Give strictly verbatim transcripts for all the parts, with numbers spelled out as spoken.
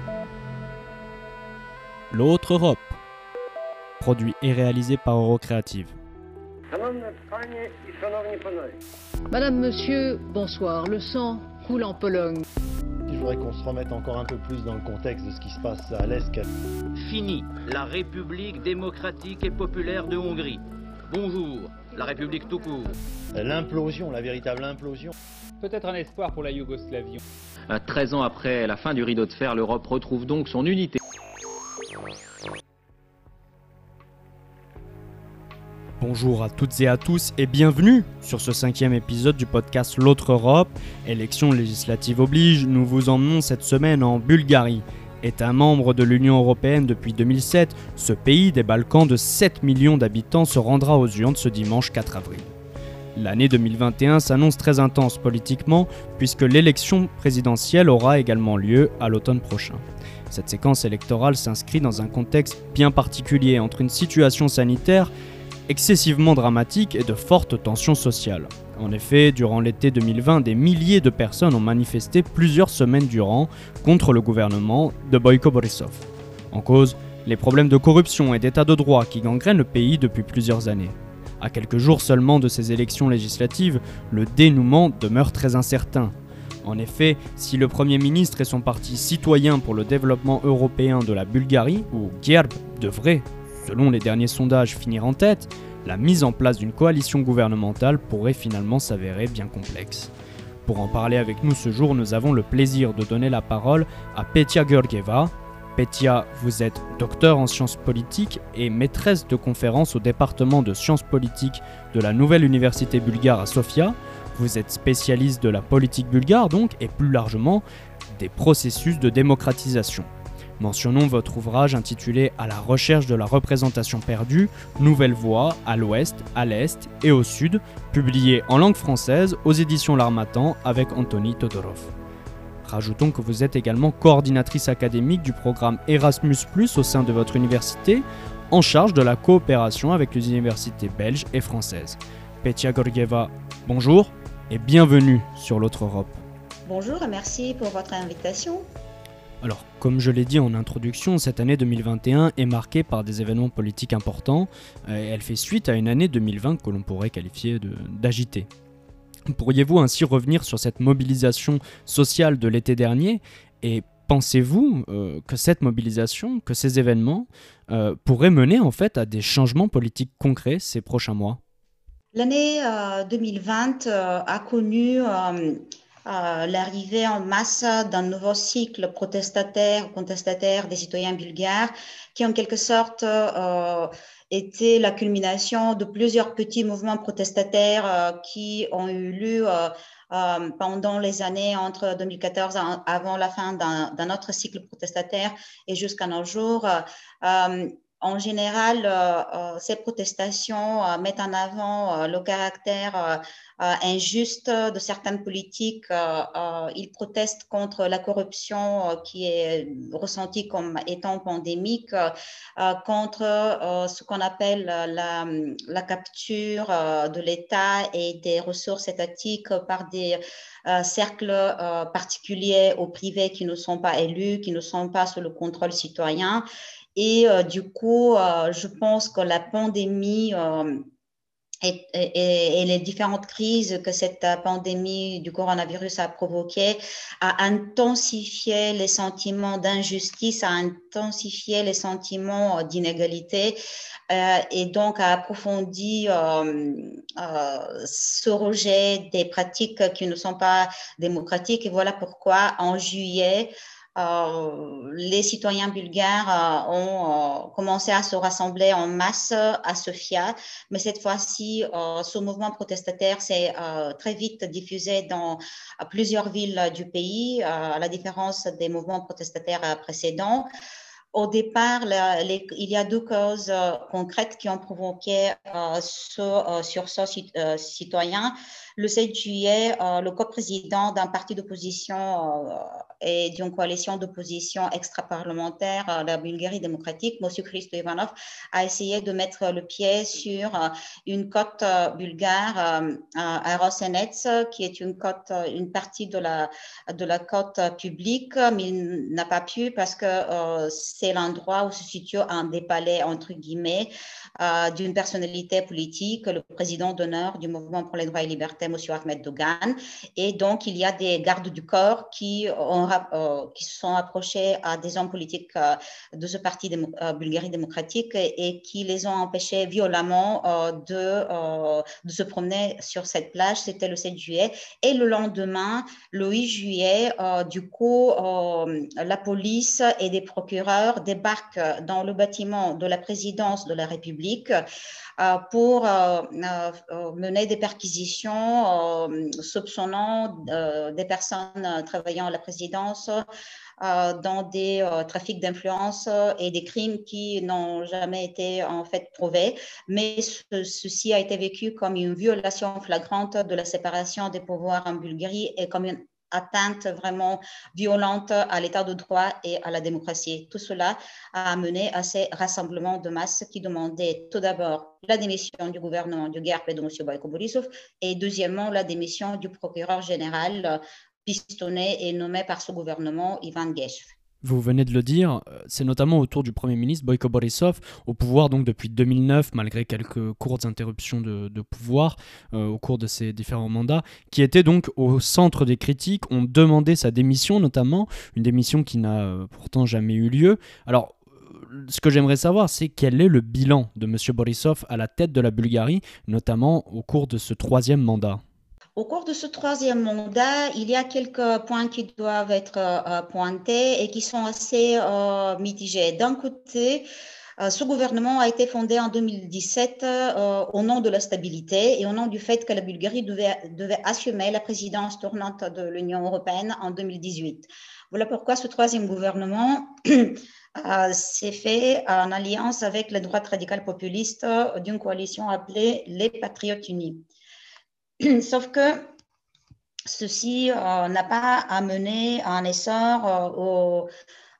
L'autre Europe, produit et réalisé par Eurocreative. Madame, monsieur, bonsoir. Le sang coule en Pologne. Je voudrais qu'on se remette encore un peu plus dans le contexte de ce qui se passe à l'Est. Fini la République démocratique et populaire de Hongrie. Bonjour, la République tout court. L'implosion, la véritable implosion. Peut-être un espoir pour la Yougoslavie. treize ans après la fin du rideau de fer, l'Europe retrouve donc son unité. Bonjour à toutes et à tous et bienvenue sur ce cinquième épisode du podcast L'autre Europe. Élections législatives oblige, nous vous emmenons cette semaine en Bulgarie. État membre de l'Union européenne depuis deux mille sept, ce pays des Balkans de sept millions d'habitants se rendra aux urnes ce dimanche quatre avril. L'année deux mille vingt et un s'annonce très intense politiquement puisque l'élection présidentielle aura également lieu à l'automne prochain. Cette séquence électorale s'inscrit dans un contexte bien particulier entre une situation sanitaire excessivement dramatique et de fortes tensions sociales. En effet, durant l'été deux mille vingt, des milliers de personnes ont manifesté plusieurs semaines durant contre le gouvernement de Boyko Borisov. En cause, les problèmes de corruption et d'état de droit qui gangrènent le pays depuis plusieurs années. À quelques jours seulement de ces élections législatives, le dénouement demeure très incertain. En effet, si le Premier ministre et son parti Citoyen pour le développement européen de la Bulgarie, ou GERB, devraient, selon les derniers sondages, finir en tête, la mise en place d'une coalition gouvernementale pourrait finalement s'avérer bien complexe. Pour en parler avec nous ce jour, nous avons le plaisir de donner la parole à Petia Georgieva. Petia, vous êtes docteur en sciences politiques et maîtresse de conférences au département de sciences politiques de la nouvelle université bulgare à Sofia. Vous êtes spécialiste de la politique bulgare donc, et plus largement des processus de démocratisation. Mentionnons votre ouvrage intitulé « À la recherche de la représentation perdue, nouvelle voie à l'ouest, à l'est et au sud », publié en langue française aux éditions L'Harmattan avec Anthony Todorov. Rajoutons que vous êtes également coordinatrice académique du programme Erasmus plus, au sein de votre université, en charge de la coopération avec les universités belges et françaises. Petia Georgieva, bonjour et bienvenue sur l'autre Europe. Bonjour et merci pour votre invitation. Alors, comme je l'ai dit en introduction, cette année deux mille vingt et un est marquée par des événements politiques importants. Euh, elle fait suite à une année deux mille vingt que l'on pourrait qualifier de, d'agitée. Pourriez-vous ainsi revenir sur cette mobilisation sociale de l'été dernier et pensez-vous euh, que cette mobilisation, que ces événements euh, pourraient mener en fait à des changements politiques concrets ces prochains mois ? L'année euh, deux mille vingt euh, a connu euh, euh, l'arrivée en masse d'un nouveau cycle protestataire, contestataire des citoyens bulgares qui en quelque sorte euh, était la culmination de plusieurs petits mouvements protestataires euh, qui ont eu lieu euh, euh, pendant les années entre deux mille quatorze, avant la fin d'un, d'un autre cycle protestataire et jusqu'à nos jours. Euh, En général, euh, euh, ces protestations euh, mettent en avant euh, le caractère euh, euh, injuste de certaines politiques. Euh, euh, ils protestent contre la corruption euh, qui est ressentie comme étant pandémique, euh, contre euh, ce qu'on appelle la, la capture euh, de l'État et des ressources étatiques par des euh, cercles euh, particuliers ou privés qui ne sont pas élus, qui ne sont pas sous le contrôle citoyen. Et euh, du coup, euh, je pense que la pandémie euh, et, et, et les différentes crises que cette pandémie du coronavirus a provoquées a intensifié les sentiments d'injustice, a intensifié les sentiments d'inégalité euh, et donc a approfondi euh, euh, ce rejet des pratiques qui ne sont pas démocratiques. Et voilà pourquoi en juillet, Euh, les citoyens bulgares euh, ont euh, commencé à se rassembler en masse à Sofia, mais cette fois-ci, euh, ce mouvement protestataire s'est euh, très vite diffusé dans euh, plusieurs villes du pays, euh, à la différence des mouvements protestataires euh, précédents. Au départ, la, les, il y a deux causes euh, concrètes qui ont provoqué euh, ce euh, sursaut euh, citoyen. Le sept juillet, euh, le coprésident d'un parti d'opposition euh, et d'une coalition d'opposition extra-parlementaire, euh, la Bulgarie démocratique, M. Christo Ivanov, a essayé de mettre le pied sur euh, une cote euh, bulgare euh, à Rosenets, qui est une cote, une partie de la, de la cote publique, mais il n'a pas pu parce que euh, c'est l'endroit où se situe un des palais, entre guillemets, euh, d'une personnalité politique, le président d'honneur du Mouvement pour les droits et libertés, M. Ahmed Dogan. Et donc, il y a des gardes du corps qui, ont, euh, qui se sont approchés à des hommes politiques euh, de ce parti démo, euh, Bulgarie démocratique et, et qui les ont empêchés violemment euh, de, euh, de se promener sur cette plage. C'était le sept juillet. Et le lendemain, le huit juillet, euh, du coup, euh, la police et des procureurs débarquent dans le bâtiment de la présidence de la République euh, pour euh, euh, mener des perquisitions euh, soupçonnant euh, des personnes travaillant à la présidence euh, dans des euh, trafics d'influence et des crimes qui n'ont jamais été en fait prouvés. Mais ce, ceci a été vécu comme une violation flagrante de la séparation des pouvoirs en Bulgarie et comme une atteinte vraiment violente à l'état de droit et à la démocratie. Tout cela a amené à ces rassemblements de masse qui demandaient tout d'abord la démission du gouvernement du G E R P et de M. Boyko Borisov et deuxièmement la démission du procureur général pistonné et nommé par ce gouvernement, Ivan Gesh. Vous venez de le dire, c'est notamment autour du Premier ministre Boyko Borisov, au pouvoir donc depuis deux mille neuf, malgré quelques courtes interruptions de, de pouvoir euh, au cours de ses différents mandats, qui était donc au centre des critiques. On demandait sa démission notamment, une démission qui n'a euh, pourtant jamais eu lieu. Alors, ce que j'aimerais savoir, c'est quel est le bilan de M. Borisov à la tête de la Bulgarie, notamment au cours de ce troisième mandat. Au cours de ce troisième mandat, il y a quelques points qui doivent être euh, pointés et qui sont assez euh, mitigés. D'un côté, euh, ce gouvernement a été fondé en deux mille dix-sept euh, au nom de la stabilité et au nom du fait que la Bulgarie devait, devait assumer la présidence tournante de l'Union européenne en deux mille dix-huit. Voilà pourquoi ce troisième gouvernement euh, s'est fait en alliance avec la droite radicale populiste d'une coalition appelée les Patriotes Unis. Sauf que ceci euh, n'a pas amené un essor euh, au, euh,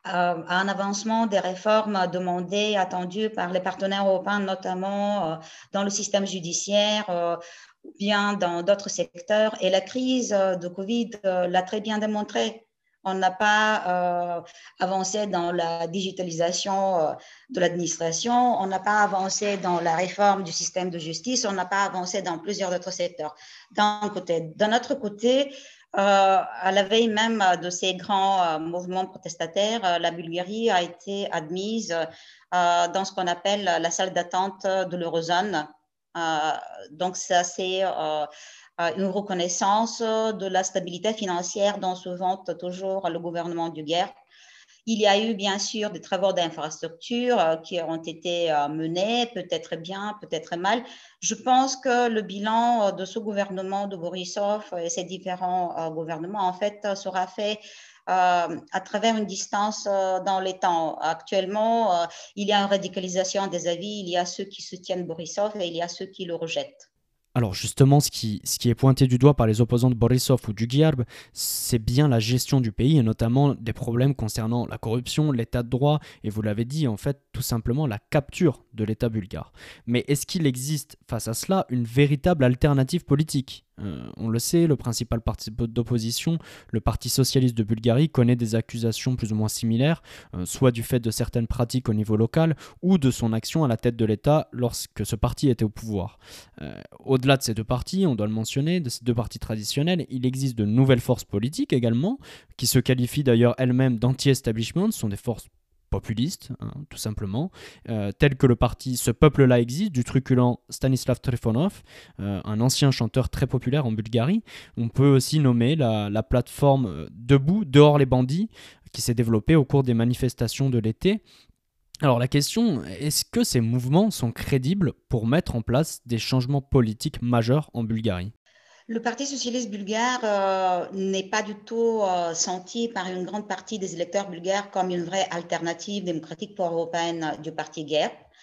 à un avancement des réformes demandées, attendues par les partenaires européens, notamment euh, dans le système judiciaire euh, ou bien dans d'autres secteurs. Et la crise de Covid euh, l'a très bien démontré. On n'a pas euh, avancé dans la digitalisation euh, de l'administration, on n'a pas avancé dans la réforme du système de justice, on n'a pas avancé dans plusieurs autres secteurs. D'un côté. D'un autre côté, euh, à la veille même de ces grands euh, mouvements protestataires, euh, la Bulgarie a été admise euh, dans ce qu'on appelle la salle d'attente de l'eurozone. Euh, donc, ça, c'est euh, une reconnaissance de la stabilité financière dont se vante toujours le gouvernement du G E R P. Il y a eu bien sûr des travaux d'infrastructure qui ont été menés, peut-être bien, peut-être mal. Je pense que le bilan de ce gouvernement de Borisov et ses différents gouvernements, en fait, sera fait Euh, à travers une distance euh, dans les temps. Actuellement, euh, il y a une radicalisation des avis, il y a ceux qui soutiennent Borisov et il y a ceux qui le rejettent. Alors justement, ce qui, ce qui est pointé du doigt par les opposants de Borisov ou du G E R B, c'est bien la gestion du pays et notamment des problèmes concernant la corruption, l'état de droit et vous l'avez dit, en fait, tout simplement la capture de l'état bulgare. Mais est-ce qu'il existe face à cela une véritable alternative politique ? Euh, on le sait, le principal parti d'opposition, le Parti socialiste de Bulgarie, connaît des accusations plus ou moins similaires, euh, soit du fait de certaines pratiques au niveau local ou de son action à la tête de l'État lorsque ce parti était au pouvoir. Euh, au-delà de ces deux partis, on doit le mentionner, de ces deux partis traditionnels, il existe de nouvelles forces politiques également, qui se qualifient d'ailleurs elles-mêmes d'anti-establishment, ce sont des forces populistes, hein, tout simplement, euh, tel que le parti Ce Peuple-là existe, du truculent Stanislav Trifonov, euh, un ancien chanteur très populaire en Bulgarie. On peut aussi nommer la, la plateforme Debout, dehors les bandits, qui s'est développée au cours des manifestations de l'été. Alors la question, est-ce que ces mouvements sont crédibles pour mettre en place des changements politiques majeurs en Bulgarie ? Le Parti socialiste bulgare euh, n'est pas du tout euh, senti par une grande partie des électeurs bulgares comme une vraie alternative démocratique pro-européenne du parti G E R P.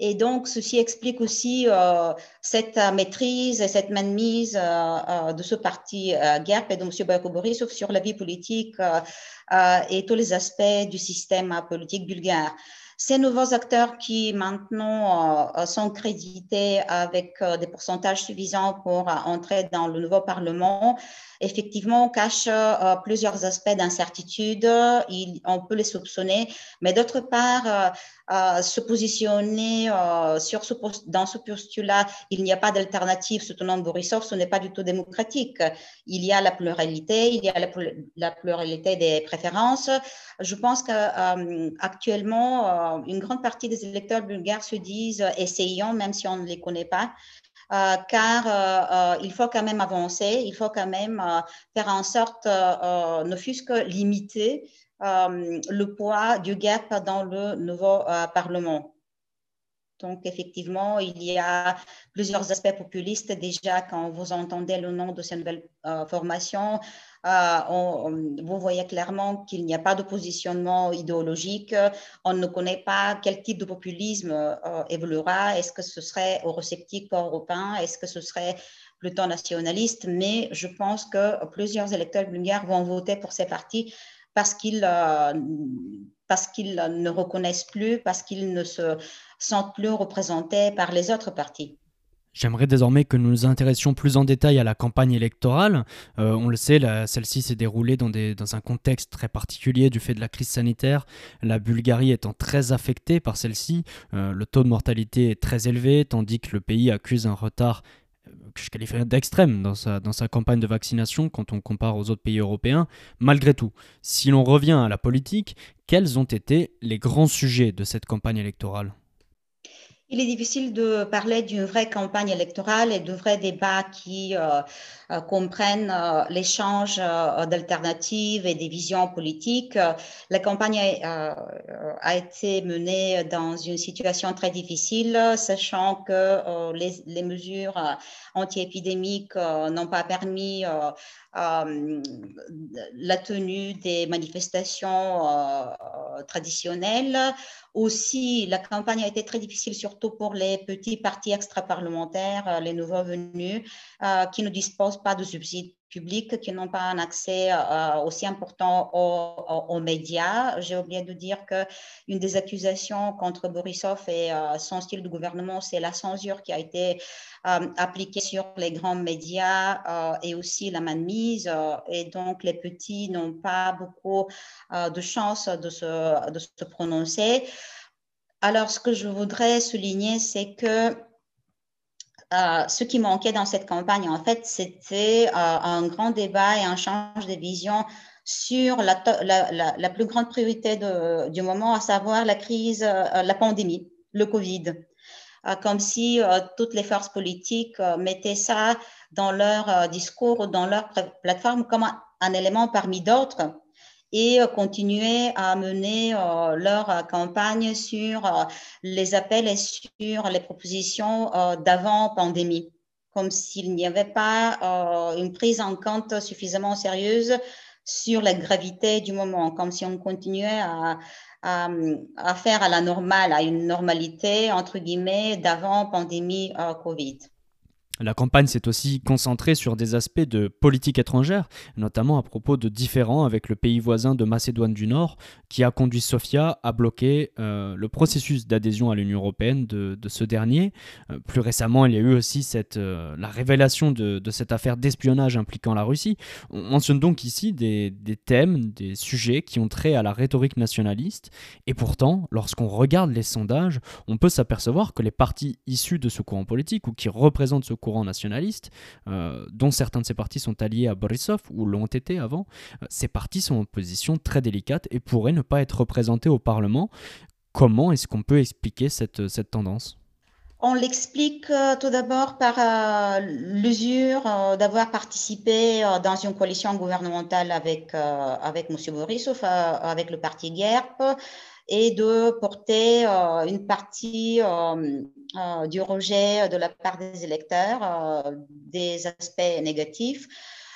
Et donc, ceci explique aussi euh, cette maîtrise et cette mainmise euh, euh, de ce parti euh, G E R P et de M. Boyko Borisov sur la vie politique euh, euh, et tous les aspects du système politique bulgare. Ces nouveaux acteurs qui maintenant euh, sont crédités avec euh, des pourcentages suffisants pour euh, entrer dans le nouveau Parlement, effectivement, cachent euh, plusieurs aspects d'incertitude. Il, on peut les soupçonner, mais d'autre part, euh, euh, se positionner euh, sur ce post, dans ce postulat, il n'y a pas d'alternative soutenant Borisov, ce n'est pas du tout démocratique. Il y a la pluralité, il y a la, la pluralité des préférences. Je pense qu'actuellement, euh, euh, une grande partie des électeurs bulgares se disent « essayons », même si on ne les connaît pas. Euh, car euh, euh, il faut quand même avancer, il faut quand même euh, faire en sorte, euh, ne fût-ce que limiter euh, le poids du G E R P dans le nouveau euh, Parlement. Donc, effectivement, il y a plusieurs aspects populistes. Déjà, quand vous entendez le nom de ces nouvelles euh, formations, euh, on, on, vous voyez clairement qu'il n'y a pas de positionnement idéologique. On ne connaît pas quel type de populisme euh, évoluera. Est-ce que ce serait eurosceptique, pro-européen? Est-ce que ce serait plutôt nationaliste? Mais je pense que plusieurs électeurs bulgares vont voter pour ces partis parce qu'ils euh, parce qu'ils ne reconnaissent plus, parce qu'ils ne se sentent plus représentés par les autres partis. J'aimerais désormais que nous nous intéressions plus en détail à la campagne électorale. Euh, on le sait, la, celle-ci s'est déroulée dans, des, dans un contexte très particulier du fait de la crise sanitaire, la Bulgarie étant très affectée par celle-ci. Euh, le taux de mortalité est très élevé, tandis que le pays accuse un retard que je qualifierais d'extrême dans sa, dans sa campagne de vaccination quand on compare aux autres pays européens. Malgré tout, si l'on revient à la politique, quels ont été les grands sujets de cette campagne électorale ? Il est difficile de parler d'une vraie campagne électorale et de vrais débats qui euh, euh, comprennent euh, l'échange euh, d'alternatives et des visions politiques. La campagne a, euh, a été menée dans une situation très difficile, sachant que euh, les, les mesures anti-épidémiques euh, n'ont pas permis euh, euh, la tenue des manifestations euh, traditionnelles. Aussi, la campagne a été très difficile, surtout pour les petits partis extra-parlementaires, les nouveaux venus, euh, qui ne disposent pas de subsides publics, qui n'ont pas un accès euh, aussi important aux, aux, aux médias. J'ai oublié de dire qu'une des accusations contre Borisov et euh, son style de gouvernement, c'est la censure qui a été euh, appliquée sur les grands médias euh, et aussi la mainmise. Euh, et donc, les petits n'ont pas beaucoup euh, de chance de se, de se prononcer. Alors, ce que je voudrais souligner, c'est que euh, ce qui manquait dans cette campagne, en fait, c'était euh, un grand débat et un change de vision sur la, la, la, la plus grande priorité de, du moment, à savoir la crise, euh, la pandémie, le Covid. Euh, comme si euh, toutes les forces politiques euh, mettaient ça dans leur euh, discours ou dans leur plateforme comme un, un élément parmi d'autres, et continuer à mener euh, leur campagne sur euh, les appels et sur les propositions euh, d'avant-pandémie, comme s'il n'y avait pas euh, une prise en compte suffisamment sérieuse sur la gravité du moment, comme si on continuait à, à, à faire à la normale, à une normalité, entre guillemets, d'avant-pandémie euh, Covid. La campagne s'est aussi concentrée sur des aspects de politique étrangère, notamment à propos de différends avec le pays voisin de Macédoine du Nord, qui a conduit Sofia à bloquer euh, le processus d'adhésion à l'Union européenne de, de ce dernier. Euh, plus récemment, il y a eu aussi cette, euh, la révélation de, de cette affaire d'espionnage impliquant la Russie. On mentionne donc ici des, des thèmes, des sujets qui ont trait à la rhétorique nationaliste, et pourtant, lorsqu'on regarde les sondages, on peut s'apercevoir que les partis issus de ce courant politique ou qui représentent ce courant nationaliste, euh, dont certains de ces partis sont alliés à Borisov ou l'ont été avant, euh, ces partis sont en position très délicate et pourraient ne pas être représentés au Parlement. Comment est-ce qu'on peut expliquer cette, cette tendance ? On l'explique euh, tout d'abord par euh, l'usure euh, d'avoir participé euh, dans une coalition gouvernementale avec, euh, avec M. Borisov, euh, avec le parti G E R P, et de porter euh, une partie euh, euh, du rejet de la part des électeurs, euh, des aspects négatifs.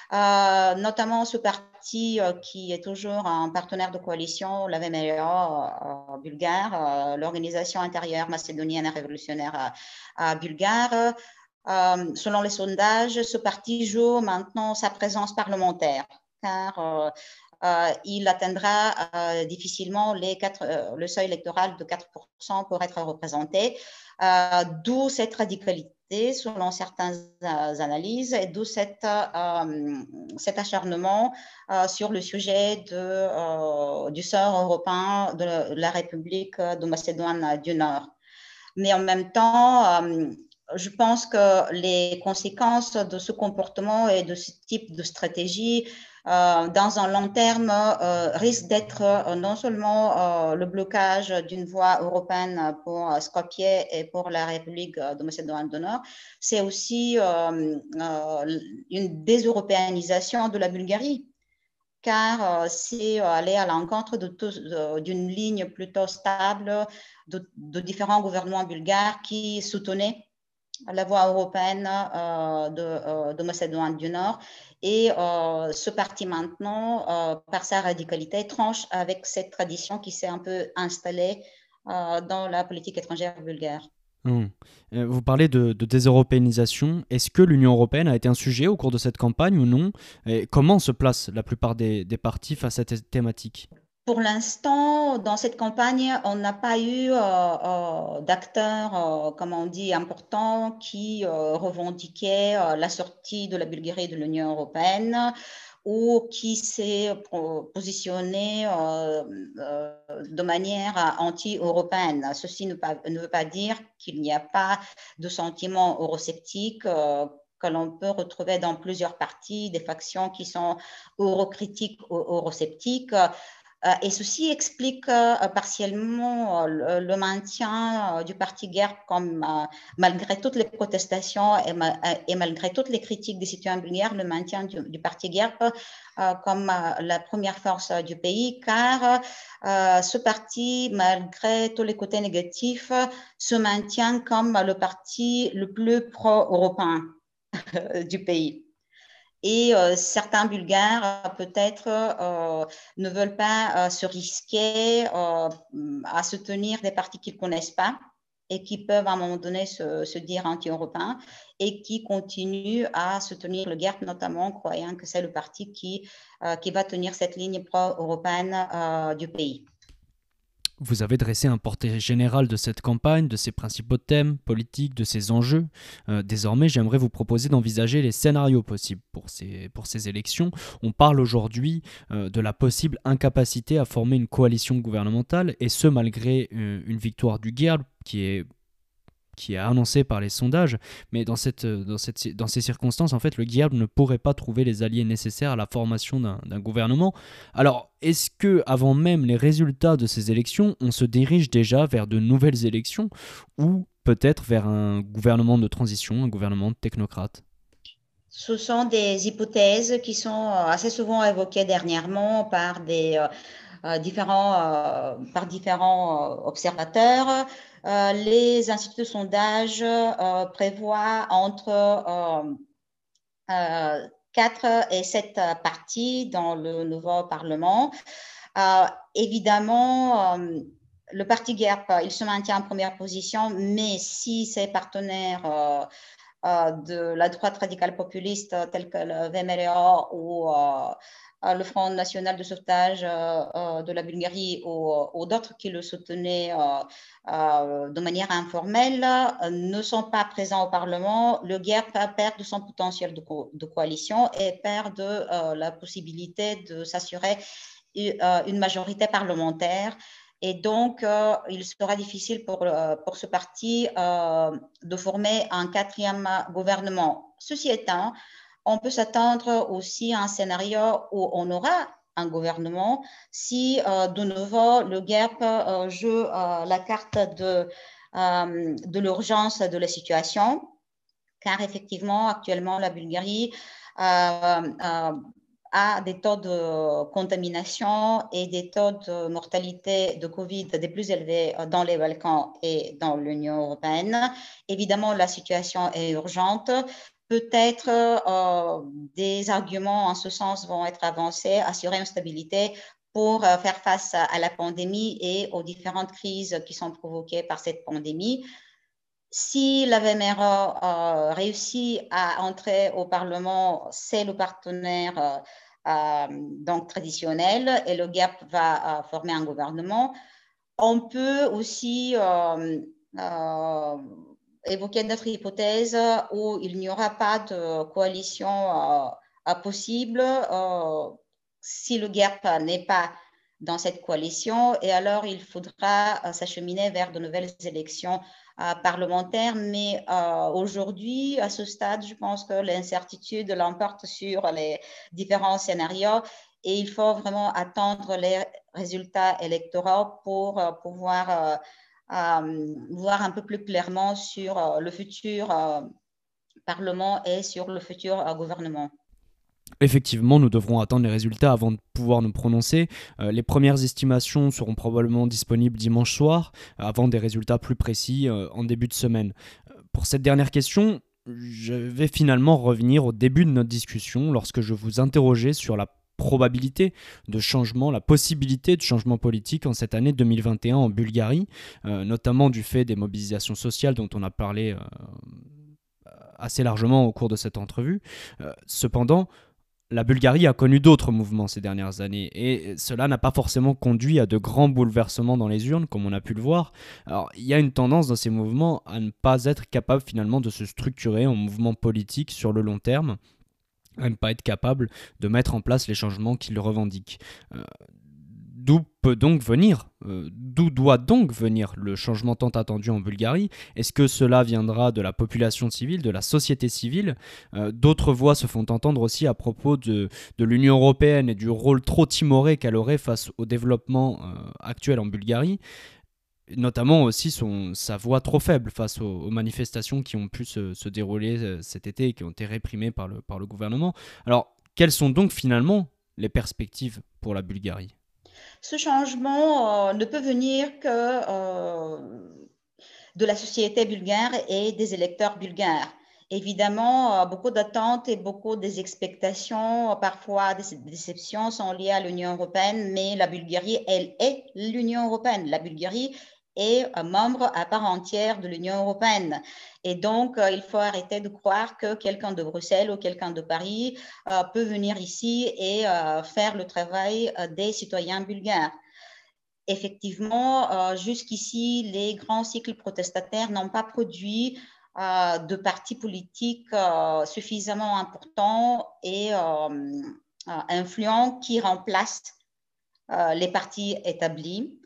euh, notamment ce parti euh, qui est toujours un partenaire de coalition, l'A V M R O euh, bulgare, euh, l'Organisation intérieure macédonienne révolutionnaire euh, bulgare. Euh, selon les sondages, ce parti joue maintenant sa présence parlementaire, car euh, euh, il atteindra euh, difficilement les quatre, euh, le seuil électoral de quatre pour cent pour être représenté, euh, d'où cette radicalité selon certaines euh, analyses, et d'où cette, euh, cet acharnement euh, sur le sujet de, euh, du sort européen de la République de Macédoine du Nord. Mais en même temps, euh, je pense que les conséquences de ce comportement et de ce type de stratégie euh, dans un long terme euh, risquent d'être euh, non seulement euh, le blocage d'une voie européenne pour Skopje et pour la République de Macédoine du Nord, c'est aussi euh, euh, une déseuropéanisation de la Bulgarie, car euh, c'est aller à l'encontre d'une ligne plutôt stable de, de différents gouvernements bulgares qui soutenaient la voie européenne euh, de, euh, de Macédoine du Nord. Et euh, ce parti maintenant, euh, par sa radicalité, tranche avec cette tradition qui s'est un peu installée euh, dans la politique étrangère bulgare. Hum. Vous parlez de, de déseuropéanisation. Est-ce que l'Union européenne a été un sujet au cours de cette campagne ou non? Et comment se placent la plupart des, des partis face à cette thématique? Pour l'instant, dans cette campagne, on n'a pas eu euh, euh, d'acteurs, euh, comme on dit, importants qui euh, revendiquaient euh, la sortie de la Bulgarie de l'Union européenne ou qui s'est positionné euh, euh, de manière anti-européenne. Ceci ne, pas, ne veut pas dire qu'il n'y a pas de sentiment eurosceptique euh, que l'on peut retrouver dans plusieurs partis, des factions qui sont eurocritiques ou eurosceptiques. Et ceci explique euh, partiellement le, le maintien euh, du parti GERB, comme euh, malgré toutes les protestations et, ma, et malgré toutes les critiques des citoyens bulgares, le maintien du, du parti GERB euh, comme euh, la première force euh, du pays, car euh, ce parti, malgré tous les côtés négatifs, se maintient comme le parti le plus pro-européen du pays. Et euh, certains Bulgares, peut-être, euh, ne veulent pas euh, se risquer euh, à soutenir des partis qu'ils ne connaissent pas et qui peuvent à un moment donné se, se dire anti-européens et qui continuent à soutenir le GERB, notamment croyant que c'est le parti qui, euh, qui va tenir cette ligne pro-européenne euh, du pays. Vous avez dressé un portrait général de cette campagne, de ses principaux thèmes politiques, de ses enjeux. Euh, désormais, j'aimerais vous proposer d'envisager les scénarios possibles pour ces, pour ces élections. On parle aujourd'hui euh, de la possible incapacité à former une coalition gouvernementale, et ce malgré euh, une victoire du GERB qui est qui est annoncé par les sondages, mais dans, cette, dans, cette, dans ces circonstances, en fait, le GERB ne pourrait pas trouver les alliés nécessaires à la formation d'un, d'un gouvernement. Alors, est-ce que, avant même les résultats de ces élections, on se dirige déjà vers de nouvelles élections, ou peut-être vers un gouvernement de transition, un gouvernement de technocrates? Ce sont des hypothèses qui sont assez souvent évoquées dernièrement par des euh, différents, euh, par différents euh, observateurs. Euh, les instituts de sondage euh, prévoient entre euh, euh, quatre et sept partis dans le nouveau Parlement. Euh, évidemment, euh, le parti GERB, il se maintient en première position, mais si ses partenaires euh, euh, de la droite radicale populiste tels que le V M R O ou euh, le Front national de sauvetage euh, de la Bulgarie ou, ou d'autres qui le soutenaient euh, euh, de manière informelle euh, ne sont pas présents au Parlement, le GERB perd de son potentiel de, co- de coalition et perd de euh, la possibilité de s'assurer une, euh, une majorité parlementaire. Et donc, euh, il sera difficile pour, euh, pour ce parti euh, de former un quatrième gouvernement. Ceci étant, on peut s'attendre aussi à un scénario où on aura un gouvernement si euh, de nouveau le GERB euh, joue euh, la carte de, euh, de l'urgence de la situation, car effectivement, actuellement, la Bulgarie euh, euh, a des taux de contamination et des taux de mortalité de Covid des plus élevés dans les Balkans et dans l'Union européenne. Évidemment, la situation est urgente. peut-être euh, des arguments en ce sens vont être avancés, assurer une stabilité pour euh, faire face à, à la pandémie et aux différentes crises qui sont provoquées par cette pandémie. Si la V M R O euh, réussit à entrer au Parlement, c'est le partenaire euh, euh, donc traditionnel et le G A P va euh, former un gouvernement. On peut aussi euh, euh, évoquer d'autres hypothèses où il n'y aura pas de coalition euh, possible euh, si le G A P n'est pas dans cette coalition, et alors il faudra euh, s'acheminer vers de nouvelles élections euh, parlementaires. Mais euh, aujourd'hui, à ce stade, je pense que l'incertitude l'emporte sur les différents scénarios et il faut vraiment attendre les résultats électoraux pour euh, pouvoir euh, euh, voir un peu plus clairement sur euh, le futur euh, Parlement et sur le futur euh, gouvernement. Effectivement, nous devrons attendre les résultats avant de pouvoir nous prononcer. Euh, les premières estimations seront probablement disponibles dimanche soir, avant des résultats plus précis euh, en début de semaine. Euh, pour cette dernière question, je vais finalement revenir au début de notre discussion lorsque je vous interrogeais sur la probabilité de changement, la possibilité de changement politique en cette année deux mille vingt et un en Bulgarie, euh, notamment du fait des mobilisations sociales dont on a parlé euh, assez largement au cours de cette entrevue. Euh, cependant, la Bulgarie a connu d'autres mouvements ces dernières années et cela n'a pas forcément conduit à de grands bouleversements dans les urnes, comme on a pu le voir. Alors, il y a une tendance dans ces mouvements à ne pas être capable finalement de se structurer en mouvement politique sur le long terme, à ne pas être capable de mettre en place les changements qu'ils revendiquent. Euh, D'où peut donc venir, euh, d'où doit donc venir le changement tant attendu en Bulgarie? Est-ce que cela viendra de la population civile, de la société civile? euh, D'autres voix se font entendre aussi à propos de, de l'Union européenne et du rôle trop timoré qu'elle aurait face au développement euh, actuel en Bulgarie, notamment aussi son, sa voix trop faible face aux, aux manifestations qui ont pu se, se dérouler euh, cet été et qui ont été réprimées par le, par le gouvernement. Alors, quelles sont donc finalement les perspectives pour la Bulgarie? Ce changement euh, ne peut venir que euh, de la société bulgare et des électeurs bulgares. Évidemment, euh, beaucoup d'attentes et beaucoup des expectations, parfois des déceptions sont liées à l'Union européenne, mais la Bulgarie, elle est l'Union européenne. La Bulgarie est un membre à part entière de l'Union européenne. Et donc, euh, il faut arrêter de croire que quelqu'un de Bruxelles ou quelqu'un de Paris euh, peut venir ici et euh, faire le travail euh, des citoyens bulgares. Effectivement, euh, jusqu'ici, les grands cycles protestataires n'ont pas produit euh, de partis politiques euh, suffisamment importants et euh, euh, influents qui remplacent euh, les partis établis.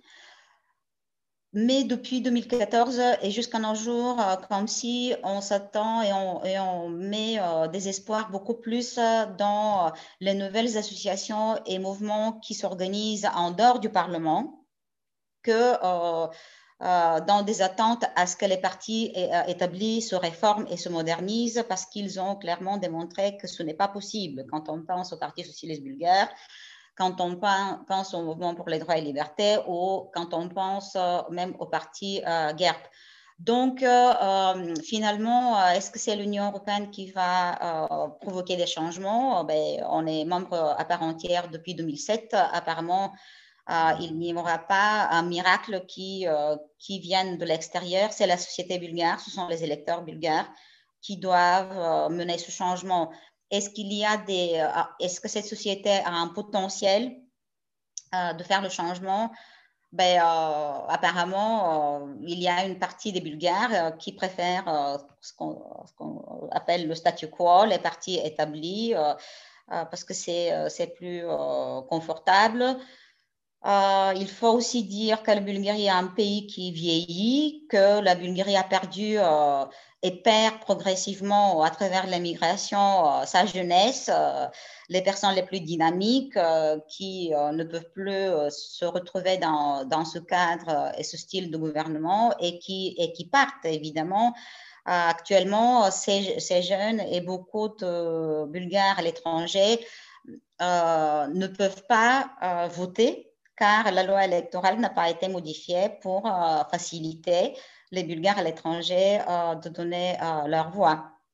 Mais depuis deux mille quatorze et jusqu'à nos jours, euh, comme si on s'attend et on, et on met euh, des espoirs beaucoup plus dans euh, les nouvelles associations et mouvements qui s'organisent en dehors du Parlement que euh, euh, dans des attentes à ce que les partis euh, établis se réforment et se modernisent parce qu'ils ont clairement démontré que ce n'est pas possible. Quand on pense au Parti socialiste bulgare, quand on pense au mouvement pour les droits et libertés ou quand on pense euh, même au parti euh, G E R P. Donc, euh, finalement, est-ce que c'est l'Union européenne qui va euh, provoquer des changements? Ben, on est membre à part entière depuis deux mille sept. Apparemment, euh, il n'y aura pas un miracle qui, euh, qui vienne de l'extérieur. C'est la société bulgare, ce sont les électeurs bulgares qui doivent euh, mener ce changement. Est-ce qu'il y a des, euh, est-ce que cette société a un potentiel euh, de faire le changement? Ben, euh, apparemment, euh, il y a une partie des Bulgares euh, qui préfèrent euh, ce, qu'on, ce qu'on appelle le statu quo, les partis établis, euh, euh, parce que c'est, euh, c'est plus euh, confortable. Euh, il faut aussi dire que la Bulgarie est un pays qui vieillit, que la Bulgarie a perdu euh, et perd progressivement à travers l'immigration euh, sa jeunesse, euh, les personnes les plus dynamiques euh, qui euh, ne peuvent plus euh, se retrouver dans, dans ce cadre et ce style de gouvernement et qui, et qui partent évidemment. Euh, actuellement, ces, ces jeunes et beaucoup de Bulgares à l'étranger euh, ne peuvent pas euh, voter car la loi électorale n'a pas été modifiée pour euh, faciliter les Bulgares à l'étranger euh, de donner euh, leur voix.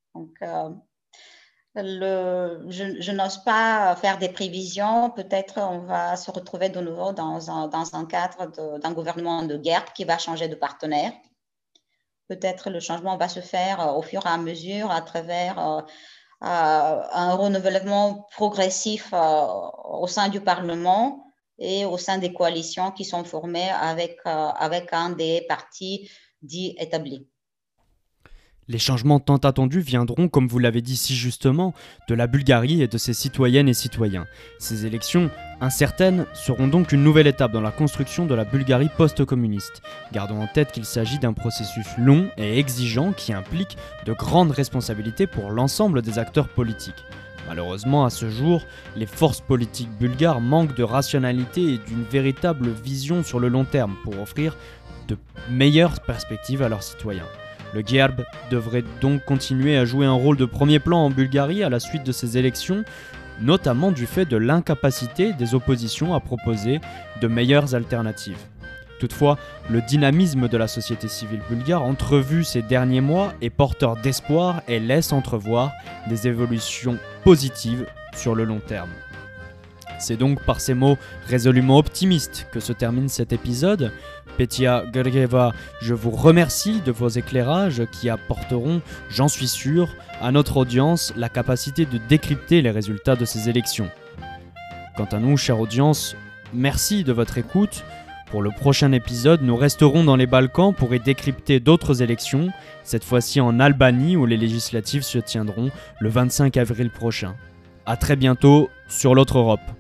Donc, euh, le, je, je n'ose pas faire des prévisions. Peut-être on va se retrouver de nouveau dans un, dans un cadre de, d'un gouvernement de guerre qui va changer de partenaire. Peut-être le changement va se faire au fur et à mesure à travers euh, euh, un renouvellement progressif euh, au sein du Parlement et au sein des coalitions qui sont formées avec, euh, avec un des partis dits établis. Les changements tant attendus viendront, comme vous l'avez dit si justement, de la Bulgarie et de ses citoyennes et citoyens. Ces élections, incertaines, seront donc une nouvelle étape dans la construction de la Bulgarie post-communiste. Gardons en tête qu'il s'agit d'un processus long et exigeant qui implique de grandes responsabilités pour l'ensemble des acteurs politiques. Malheureusement, à ce jour, les forces politiques bulgares manquent de rationalité et d'une véritable vision sur le long terme pour offrir de meilleures perspectives à leurs citoyens. Le GERB devrait donc continuer à jouer un rôle de premier plan en Bulgarie à la suite de ces élections, notamment du fait de l'incapacité des oppositions à proposer de meilleures alternatives. Toutefois, le dynamisme de la société civile bulgare entrevu ces derniers mois est porteur d'espoir et laisse entrevoir des évolutions positives sur le long terme. C'est donc par ces mots résolument optimistes que se termine cet épisode. Petia Gergieva, je vous remercie de vos éclairages qui apporteront, j'en suis sûr, à notre audience la capacité de décrypter les résultats de ces élections. Quant à nous, chère audience, merci de votre écoute. Pour le prochain épisode, nous resterons dans les Balkans pour y décrypter d'autres élections, cette fois-ci en Albanie où les législatives se tiendront le vingt-cinq avril prochain. A très bientôt sur l'autre Europe.